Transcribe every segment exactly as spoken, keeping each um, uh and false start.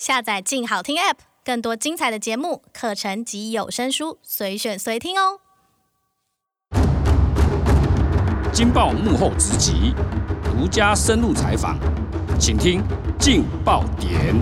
下载静好听 App， 更多精彩的节目、课程及有声书，随选随听哦。 劲爆幕后直击，独家深入采访，请听劲爆点。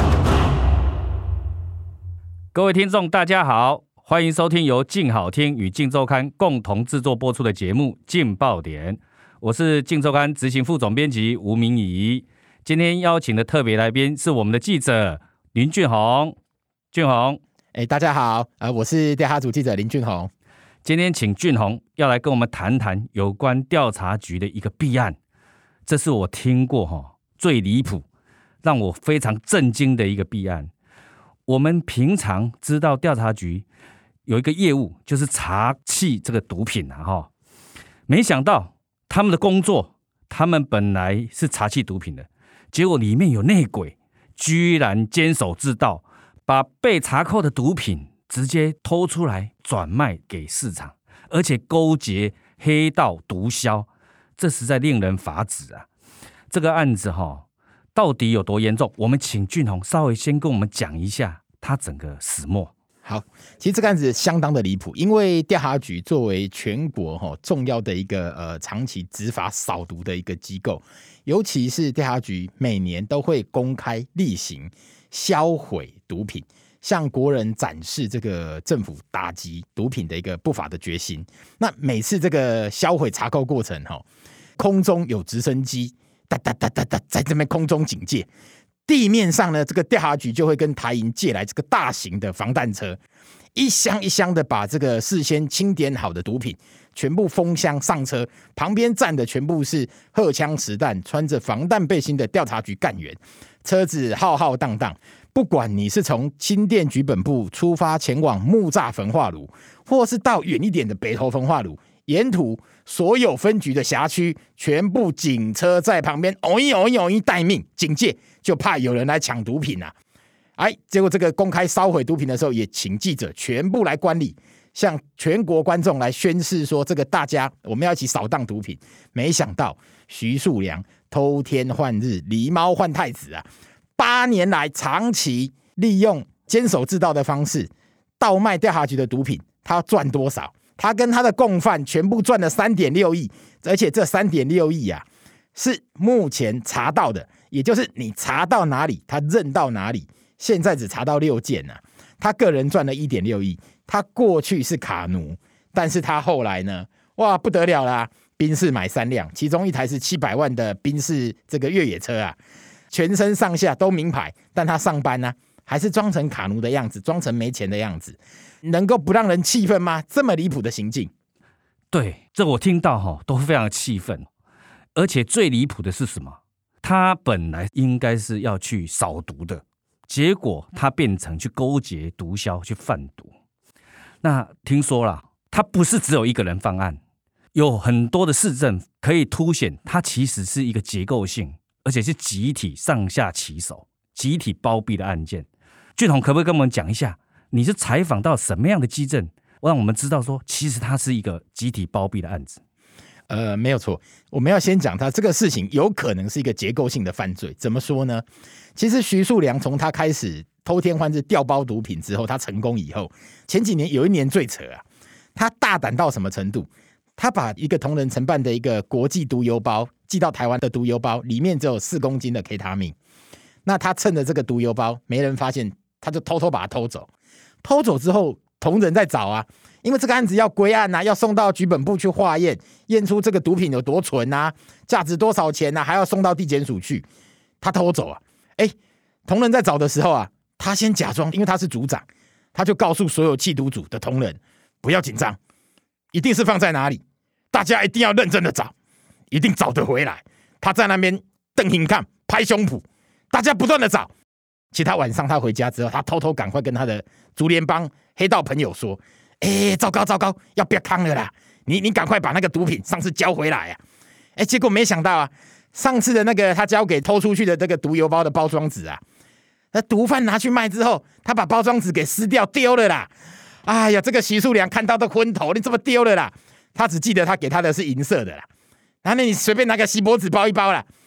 各位听众，大家好，欢迎收听由劲好听与劲周刊共同制作播出的节目《劲爆点》，我是劲周刊执行副总编辑吴明仪。今天邀请的特别来宾是我们的记者林俊宏。俊宏， 哎，大家好，呃，我是调查组记者林俊宏。 今天请俊宏要来跟我们谈谈有关调查局的一个弊案，这是我听过、哦、最离谱、让我非常震惊的一个弊案。我们平常知道调查局有一个业务，就是查缉这个毒品啊，哈，没想到他们的工作，他们本来是查缉毒品的，结果里面有内鬼，居然监守自盗，把被查扣的毒品直接偷出来转卖给市场，而且勾结黑道毒枭，这实在令人发指啊！这个案子哈、哦，到底有多严重？我们请俊宏稍微先跟我们讲一下他整个始末。 好，其实这个案子相当的离谱，因为调查局作为全国、哦、重要的一个呃长期执法扫毒的一个机构，尤其是调查局每年都会公开例行销毁毒品，向国人展示这个政府打击毒品的一个不法的决心。那每次这个销毁查扣过程、哦、空中有直升机哒哒哒哒哒在这边空中警戒，地面上呢，这个调查局就会跟台银借来这个大型的防弹车，一箱一箱的把这个事先清点好的毒品全部封箱上车，旁边站的全部是荷枪实弹、穿着防弹背心的调查局干员，车子浩浩荡荡。不管你是从新店局本部出发前往木栅焚化炉，或是到远一点的北投焚化炉，沿途所有分局的辖区全部警车在旁边哦一哦一哦一待命警戒，就怕有人来抢毒品啊！哎，结果这个公开烧毁毒品的时候，也请记者全部来观礼，向全国观众来宣示说，这个大家我们要一起扫荡毒品。没想到徐树良偷天换日，狸猫换太子啊！八年来长期利用监守自盗的方式倒卖调查局的毒品，他要赚多少？他跟他的共犯全部赚了 三点六亿，而且这 三点六亿啊，是目前查到的，也就是你查到哪里他认到哪里，现在只查到六件啊。他个人赚了 一点六亿，他过去是卡奴，但是他后来呢，哇不得了啦，宾士买三辆，其中一台是七百万的宾士这个越野车啊，全身上下都名牌，但他上班呢、啊、还是装成卡奴的样子，装成没钱的样子，能够不让人气愤吗？这么离谱的行径。 对，这我听到、哦、都非常气愤。而且最离谱的是什么？他本来应该是要去扫毒的，结果他变成去勾结毒枭去贩毒。那听说啦，他不是只有一个人犯案，有很多的事证可以凸显他其实是一个结构性，而且是集体上下其手、集体包庇的案件。俊宏可不可以跟我们讲一下，你是采访到什么样的基证，让我们知道说，其实它是一个集体包庇的案子？ 呃，没有错，我们要先讲他这个事情有可能是一个结构性的犯罪。怎么说呢？其实徐树良从他开始偷天换日调包毒品之后，他成功以后，前几年有一年最扯啊，他大胆到什么程度？他把一个同仁承办的一个国际毒邮包寄到台湾的毒邮包，里面只有四公斤的 K 他命。那他趁着这个毒邮包没人发现，他就偷偷把它偷走。偷走之后，同仁在找啊，因为这个案子要归案啊，要送到局本部去化验，验出这个毒品有多纯啊，价值多少钱啊，还要送到地检署去。他偷走啊，哎，同仁在找的时候啊，他先假装，因为他是组长，他就告诉所有缉毒组的同仁，不要紧张，一定是放在哪里，大家一定要认真的找，一定找得回来。他在那边瞪眼看，拍胸脯，大家不断的找。其实他晚上他回家之后，他偷偷赶快跟他的竹联帮黑道朋友说：“哎，糟糕糟糕，要不要康了啦？你你赶快把那个毒品上次交回来啊！”哎，结果没想到啊，上次的那个他交给偷出去的这个毒邮包的包装纸啊，那毒贩拿去卖之后，他把包装纸给撕掉丢了啦。哎呀，这个徐树良看到都昏头，你怎么丢了啦？他只记得他给他的是银色的啦，然后你随便拿个锡箔纸包一包啦。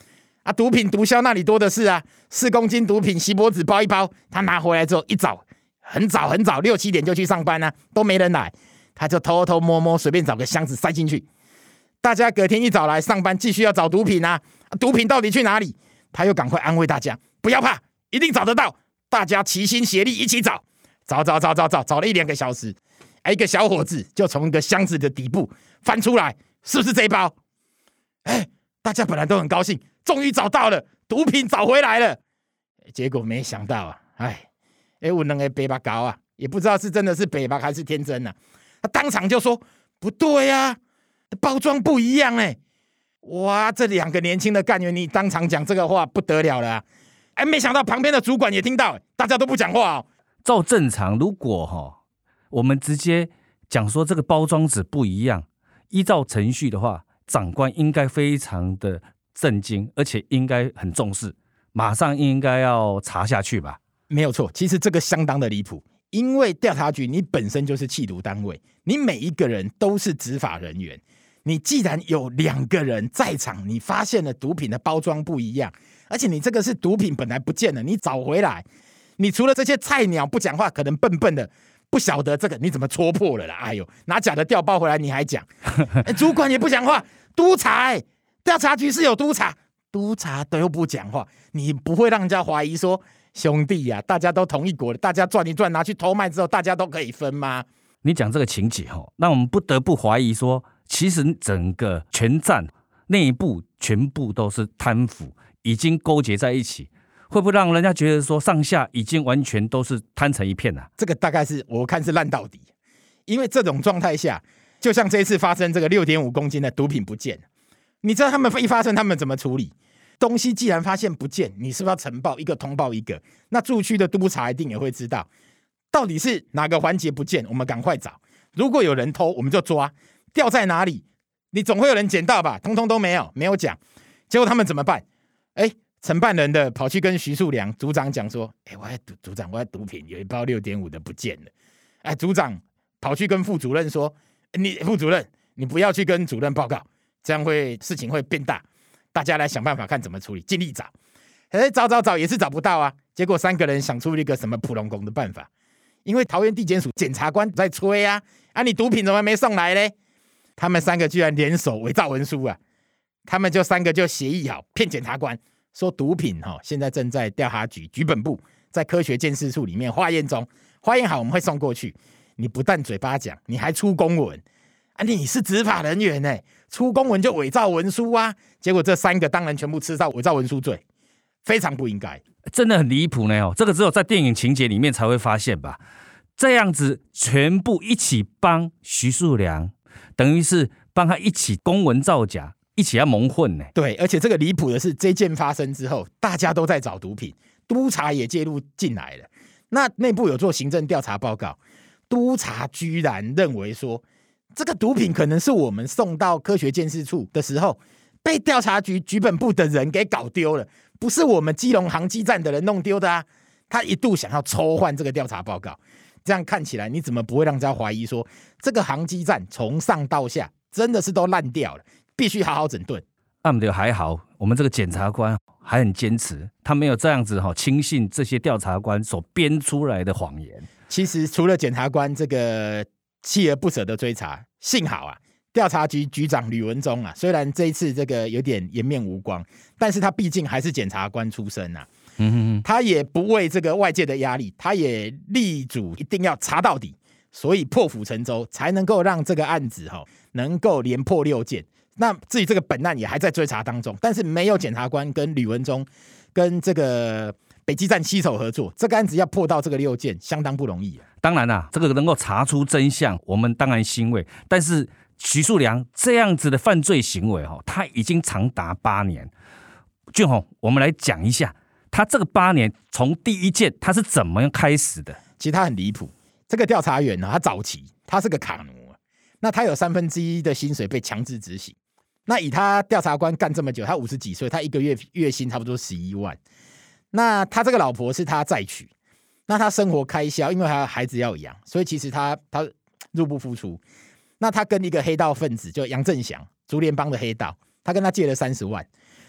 啊，毒品毒枭那里多的是啊，四公斤毒品锡箔纸包一包，他拿回来之后一早很早很早六七点就去上班啊，都没人来，他就偷偷摸摸随便找个箱子塞进去。大家隔天一早来上班，继续要找毒品啊，啊毒品到底去哪里？他又赶快安慰大家，不要怕，一定找得到，大家齐心协力一起找，找找找找找，找了一两个小时，一个小伙子就从一个箱子的底部翻出来，是不是这一包？哎，大家本来都很高兴，终于找到了，毒品找回来了。结果没想到啊，哎，哎，我两个白目狗啊，也不知道是真的是白目还是天真啊，他当场就说不对啊，包装不一样哎、欸。哇，这两个年轻的干员，你当场讲这个话不得了了啊！哎，没想到旁边的主管也听到，大家都不讲话哦。 照正常，如果哈、哦，我们直接讲说这个包装纸不一样，依照程序的话，长官应该非常的震惊，而且应该很重视，马上应该要查下去吧？ 没有错，其实这个相当的离谱，因为调查局你本身就是缉毒单位，你每一个人都是执法人员。你既然有两个人在场，你发现了毒品的包装不一样，而且你这个是毒品本来不见了，你找回来，你除了这些菜鸟不讲话，可能笨笨的不晓得这个你怎么戳破了啦？哎呦，拿假的调包回来你还讲，主管也不讲话，督察、欸，调查局是有督察，督察都不讲话，你不会让人家怀疑说兄弟呀、啊，大家都同一国的，大家赚一赚拿去偷卖之后，大家都可以分吗？ 你讲这个情节哦，让我们不得不怀疑说，其实整个全站内部全部都是贪腐，已经勾结在一起，会不会让人家觉得说上下已经完全都是贪成一片啊？ 这个大概是我看是烂到底，因为这种状态下，就像这一次发生这个 六点五公斤的毒品不见，你知道他们一发生他们怎么处理？东西既然发现不见，你是不是要呈报一个通报一个？那驻区的督察一定也会知道，到底是哪个环节不见，我们赶快找。如果有人偷，我们就抓。掉在哪里？你总会有人捡到吧？通通都没有，没有讲。结果他们怎么办？哎，承办人的跑去跟徐树良组长讲说：“哎，我组组长，我的毒品有一包六点五的不见了。”哎，组长跑去跟副主任说：“你副主任，你不要去跟主任报告，这样会事情会变大。大家来想办法看怎么处理，尽力找。”哎，找找找也是找不到啊。结果三个人想出了一个什么普龙宫的办法，因为桃园地检署检察官在催啊，啊，你毒品怎么没送来嘞？他们三个居然联手伪造文书啊！他们就三个就协议好，骗检察官说毒品哈、哦，现在正在调查局局本部在科学鉴识处里面化验中，化验好我们会送过去。你不但嘴巴讲，你还出公文啊！你是执法人员哎，出公文就伪造文书啊！结果这三个当然全部吃到伪造文书罪，非常不应该， 真的很离谱呢哦！这个只有在电影情节里面才会发现吧？这样子全部一起帮徐树良。等于是帮他一起公文造假，一起要蒙混呢。 对，而且这个离谱的是，这件发生之后，大家都在找毒品，督察也介入进来了。那内部有做行政调查报告，督察居然认为说，这个毒品可能是我们送到科学鉴识处的时候，被调查局局本部的人给搞丢了，不是我们基隆航机站的人弄丢的啊。他一度想要抽换这个调查报告。这样看起来，你怎么不会让人家怀疑说，这个航机站从上到下真的是都烂掉了，必须好好整顿。 按的还好，我们这个检察官还很坚持，他没有这样子哈轻信这些调查官所编出来的谎言。 其实除了检察官这个锲而不舍的追查，幸好啊，调查局局长吕文忠啊，虽然这一次这个有点颜面无光，但是他毕竟还是检察官出身啊。嗯哼哼，他也不为这个外界的压力，他也力主一定要查到底，所以破釜沉舟，才能够让这个案子、哦、能够连破六件。那至于这个本案也还在追查当中，但是没有检察官跟吕文忠跟这个北基站携手合作，这个案子要破到这个六件相当不容易、啊、 当然啦、啊，这个能够查出真相，我们当然欣慰。但是徐树良这样子的犯罪行为、哦、他已经长达八年。俊宏，我们来讲一下。他这个八年从第一件他是怎么样开始的？ 其实他很离谱。这个调查员呢，他早期他是个卡奴，那他有三分之一的薪水被强制执行。那以他调查官干这么久，他五十几岁，他一个月月薪差不多十一万。那他这个老婆是他再娶，那他生活开销，因为他孩子要养，所以其实他他入不敷出。那他跟一个黑道分子，就杨正祥，竹联帮的黑道，他跟他借了三十万。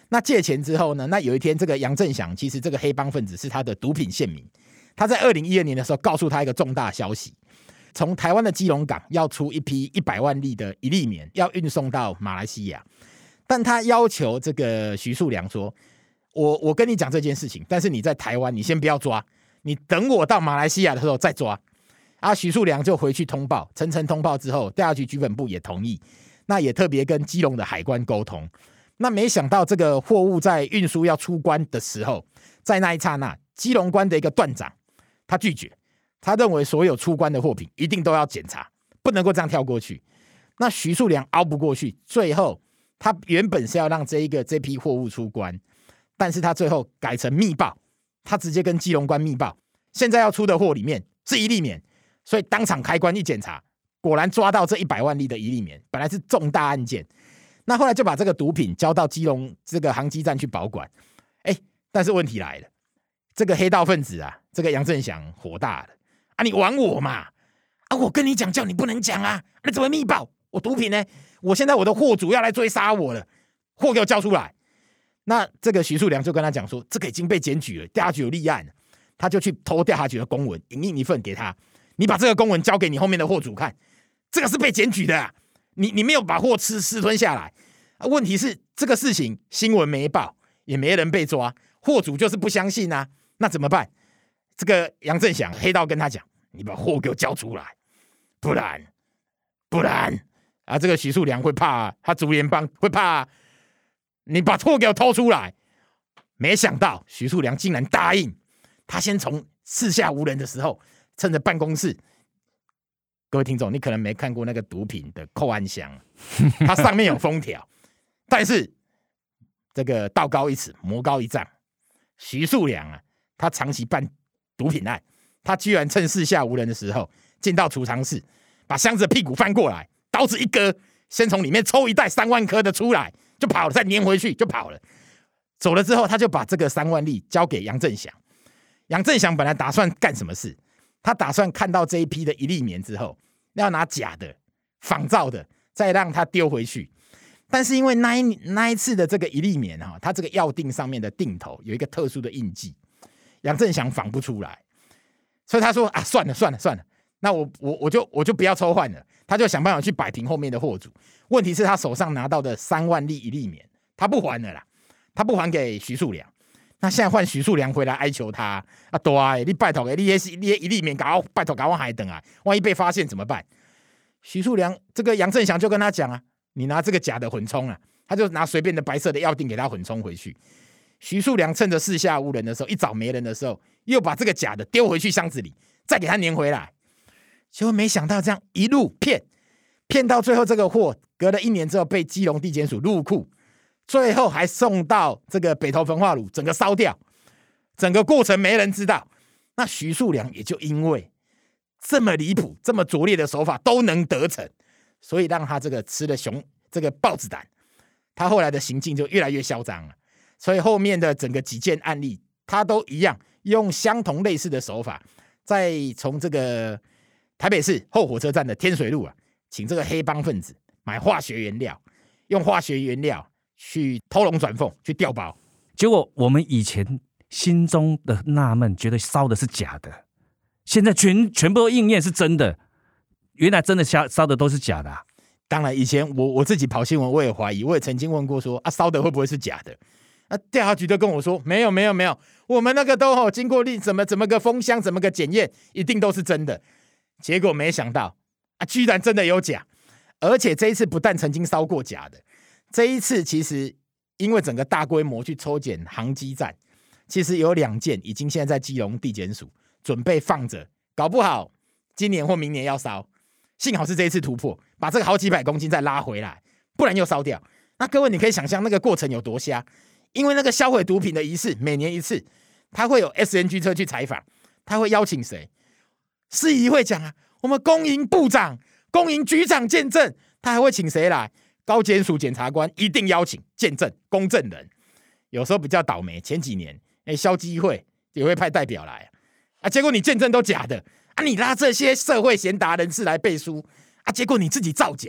那借钱之后呢，那有一天这个杨正祥其实这个黑帮分子是他的毒品线民，他在二零一二年的时候告诉他一个重大消息，从台湾的基隆港要出一批一百万粒的一粒棉，要运送到马来西亚，但他要求这个徐树良说，我我跟你讲这件事情，但是你在台湾你先不要抓，你等我到马来西亚的时候再抓。啊，徐树良就回去通报，层层通报之后，调查局局本部也同意，那也特别跟基隆的海关沟通。那没想到这个货物在运输要出关的时候，在那一刹那，基隆关的一个段长他拒绝，他认为所有出关的货品一定都要检查，不能够这样跳过去。那徐树良熬不过去，最后他原本是要让这一个这批货物出关，但是他最后改成密报，他直接跟基隆关密报，现在要出的货里面是一粒棉，所以当场开关一检查，果然抓到这一百万粒的一粒棉，本来是重大案件。那后来就把这个毒品交到基隆这个航机站去保管，哎，但是问题来了，这个黑道分子啊，这个杨正祥火大了啊！你玩我嘛？啊，我跟你讲，叫你不能讲啊！你怎么密报？我毒品呢？我现在我的货主要来追杀我了，货给我交出来！那这个徐树良就跟他讲说，这个已经被检举了，调查局有立案了，他就去偷调查局的公文，影印一份给他，你把这个公文交给你后面的货主看，这个是被检举的啊！你你没有把货吃私吞下来、啊、问题是这个事情新闻没报，也没人被抓，货主就是不相信啊，那怎么办？这个杨正祥黑道跟他讲，你把货给我交出来，不然不然啊，这个徐树良会怕、啊，他竹联帮会怕、啊，你把货给我偷出来。没想到徐树良竟然答应，他先从四下无人的时候，趁着办公室。各位听众，你可能没看过那个毒品的扣案箱，它上面有封条，但是这个道高一尺，魔高一丈。徐树良啊，他长期办毒品案，他居然趁四下无人的时候，进到储藏室，把箱子的屁股翻过来，刀子一割，先从里面抽一袋三万颗的出来，就跑了，再粘回去就跑了。走了之后，他就把这个三万粒交给杨正祥。杨正祥本来打算干什么事？他打算看到这一批的一粒棉之后，要拿假的、仿造的，再让他丢回去。但是因为那一那一次的这个一粒棉哈，它这个药锭上面的锭头有一个特殊的印记，杨正祥仿不出来，所以他说啊，算了算了算了，那我我我就我就不要抽换了。他就想办法去摆平后面的货主。问题是，他手上拿到的三万粒一粒棉，他不还了啦，他不还给徐树良。那现在换徐树良回来哀求他啊，对啊，你拜托，你你你一粒棉搞拜托搞我海等啊，万一被发现怎么办？徐树良这个杨正祥就跟他讲啊，你拿这个假的混充啊，他就拿随便的白色的药锭给他混充回去。徐树良趁着四下无人的时候，一早没人的时候，又把这个假的丢回去箱子里，再给他粘回来。结果没想到这样一路骗，骗到最后这个货隔了一年之后被基隆地检署入库。最后还送到这个北投焚化炉，整个烧掉，整个过程没人知道。那徐树良也就因为这么离谱、这么拙劣的手法都能得逞，所以让他这个吃了熊这个豹子胆，他后来的行径就越来越嚣张了。所以后面的整个几件案例，他都一样用相同类似的手法，再从这个台北市后火车站的天水路啊，请这个黑帮分子买化学原料，用化学原料。去偷龙转凤，去调包， 结果我们以前心中的纳闷，觉得烧的是假的，现在全全部都应验是真的，原来真的烧烧的都是假的、啊。 当然，以前我我自己跑新闻，我也怀疑，我也曾经问过说啊，烧的会不会是假的？啊，调查局都跟我说没有没有没有，我们那个都好经过怎么怎么个封箱，怎么个检验，一定都是真的。结果没想到啊，居然真的有假，而且这一次不但曾经烧过假的。这一次其实因为整个大规模去抽检航机站，其实有两件已经现在在基隆地检署准备放着，搞不好今年或明年要烧。幸好是这一次突破，把这个好几百公斤再拉回来，不然又烧掉。那各位你可以想象那个过程有多瞎，因为那个销毁毒品的仪式每年一次，他会有 S N G 车去采访，他会邀请谁？司仪会讲啊，我们公营部长、公营局长见证，他还会请谁来？高检署检察官一定邀请见证公证人。有时候比较倒霉，前几年哎，消基会也会派代表来啊，结果你见证都假的啊，你拉这些社会贤达人士来背书啊，结果你自己造假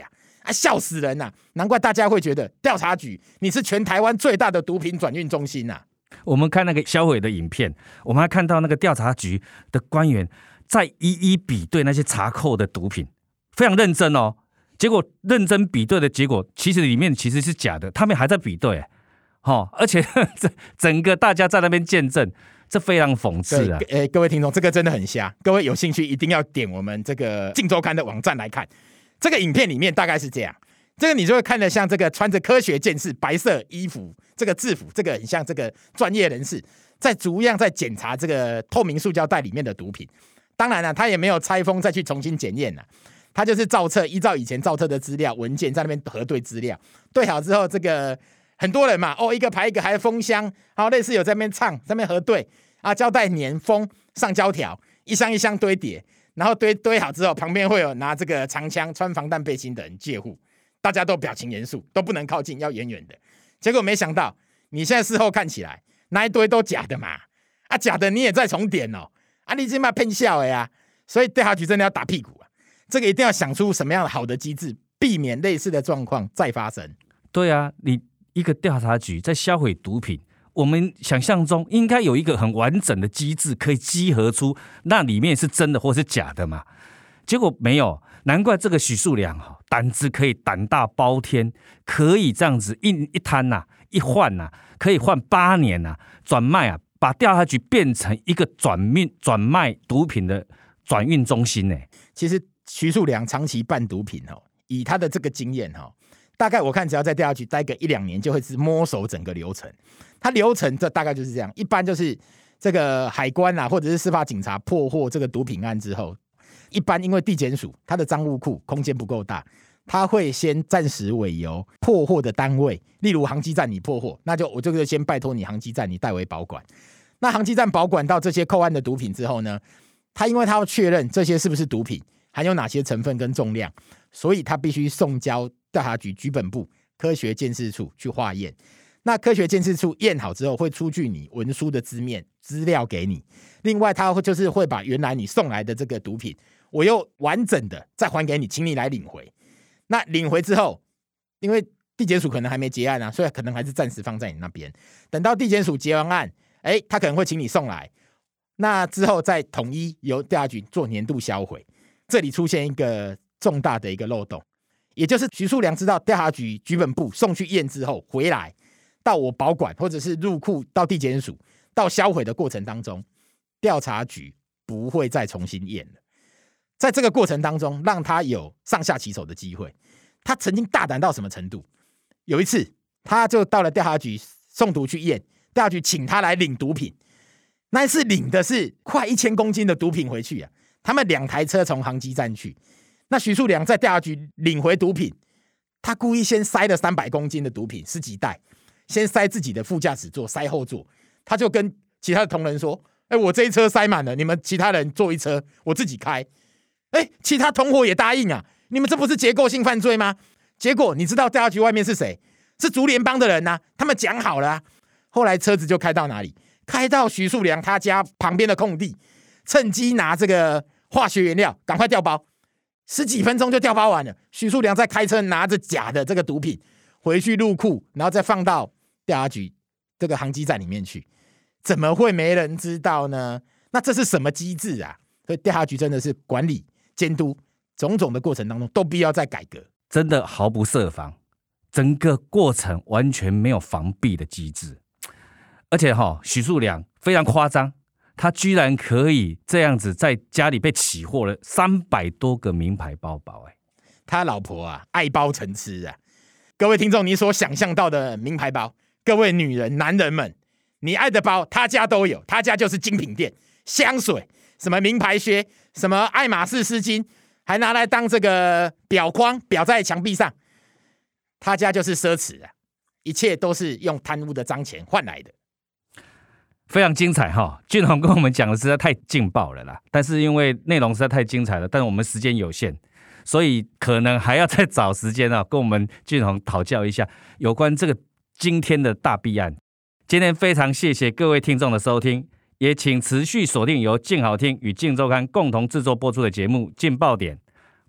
啊，笑死人呐、啊！难怪大家会觉得调查局你是全台湾最大的毒品转运中心啊。 我们看那个销毁的影片，我们还看到那个调查局的官员在一一比对那些查扣的毒品，非常认真哦。结果认真比对的结果，其实里面其实是假的，他们还在比对，哦，而且整个大家在那边见证，这非常讽刺啊！ 诶，各位听众，这个真的很瞎，各位有兴趣一定要点我们这个《镜周刊》的网站来看。这个影片里面大概是这样，这个你就会看得像这个穿着科学监视白色衣服，这个制服，这个很像这个专业人士在逐样在检查这个透明塑胶袋里面的毒品。当然了、啊，他也没有拆封再去重新检验了，他就是照册，依照以前照册的资料文件在那边核对资料，对好之后，这个很多人嘛，哦，一个排一个，还封箱，好，类似有在那边唱，在那边核对啊，胶带粘封上胶条，一箱一箱堆叠。然后堆堆好之后，旁边会有拿这个长枪、穿防弹背心的人戒护，大家都表情严肃，都不能靠近，要远远的。结果没想到，你现在事后看起来，那一堆都假的嘛，啊，假的你也在重点哦，啊，你这嘛骗笑的呀，所以调查局真的要打屁股啊，这个一定要想出什么样的好的机制，避免类似的状况再发生。 对啊，你一个调查局在销毁毒品。我们想象中应该有一个很完整的机制，可以稽核出那里面是真的或是假的嘛？结果没有，难怪这个许树良胆子可以胆大包天，可以这样子一一摊呐、啊，一换呐、啊，可以换八年呐、啊，转卖啊，把调查局变成一个转运转卖毒品的转运中心呢。 其实许树良长期办毒品哦，以他的这个经验哦，大概我看只要在调查局待个一两年，就会是摸熟整个流程。它流程这大概就是这样，一般就是这个海关啊，或者是司法警察破获这个毒品案之后，一般因为地检署它的赃物库空间不够大，他会先暂时委由破获的单位，例如航机站你破获，那就我就先拜托你航机站你代为保管。那航机站保管到这些扣案的毒品之后呢，他因为他要确认这些是不是毒品，含有哪些成分跟重量，所以他必须送交调查局局本部科学鉴识处去化验。那科学鉴识处验好之后，会出具你文书的资面资料给你。另外，他就是会把原来你送来的这个毒品，我又完整的再还给你，请你来领回。那领回之后，因为地检署可能还没结案啊，所以可能还是暂时放在你那边。等到地检署结完案，哎，他可能会请你送来。那之后再统一由调查局做年度销毁。这里出现一个重大的一个漏洞，也就是徐树良知道调查局局本部送去验之后回来。到我保管或者是入库到地检署到销毁的过程当中，调查局不会再重新验了。在这个过程当中，让他有上下其手的机会。他曾经大胆到什么程度？有一次，他就到了调查局送毒去验，调查局请他来领毒品。那一次领的是快一千公斤的毒品回去啊！他们两台车从航机站去，那徐树良在调查局领回毒品，他故意先塞了三百公斤的毒品，十几袋。先塞自己的副驾驶座，塞后座，他就跟其他的同仁说：“哎、欸，我这一车塞满了，你们其他人坐一车，我自己开。”哎，其他同伙也答应啊，你们这不是结构性犯罪吗？结果你知道调查局外面是谁？是竹联帮的人啊，他们讲好了啊。后来车子就开到哪里？开到徐树良他家旁边的空地，趁机拿这个化学原料，赶快调包，十几分钟就调包完了。徐树良在开车拿着假的这个毒品回去入库，然后再放到调查局这个航机站里面去，怎么会没人知道呢？那这是什么机制啊？所以调查局真的是管理监督种种的过程当中都必要再改革， 真的毫不设防，整个过程完全没有防避的机制。而且哈，许树良非常夸张，他居然可以这样子在家里被起获了三百多个名牌包包、欸， 他老婆啊爱包成痴啊。各位听众，你所想象到的名牌包，各位女人、男人们，你爱的包，他家都有，他家就是精品店，香水，什么名牌靴，什么爱马仕丝巾，还拿来当这个表框，裱在墙壁上，他家就是奢侈啊，一切都是用贪污的脏钱换来的。 非常精彩哈，俊宏跟我们讲的实在太劲爆了啦，但是因为内容实在太精彩了，但是我们时间有限。所以可能还要再找时间啊，跟我们俊宏讨教一下有关这个今天的大弊案。今天非常谢谢各位听众的收听，也请持续锁定由静好听与静周刊共同制作播出的节目《劲爆点》。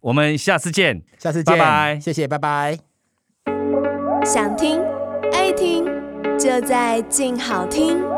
我们下次见， 下次见， 拜拜， 谢谢，拜拜。 想听爱听，就在静好听。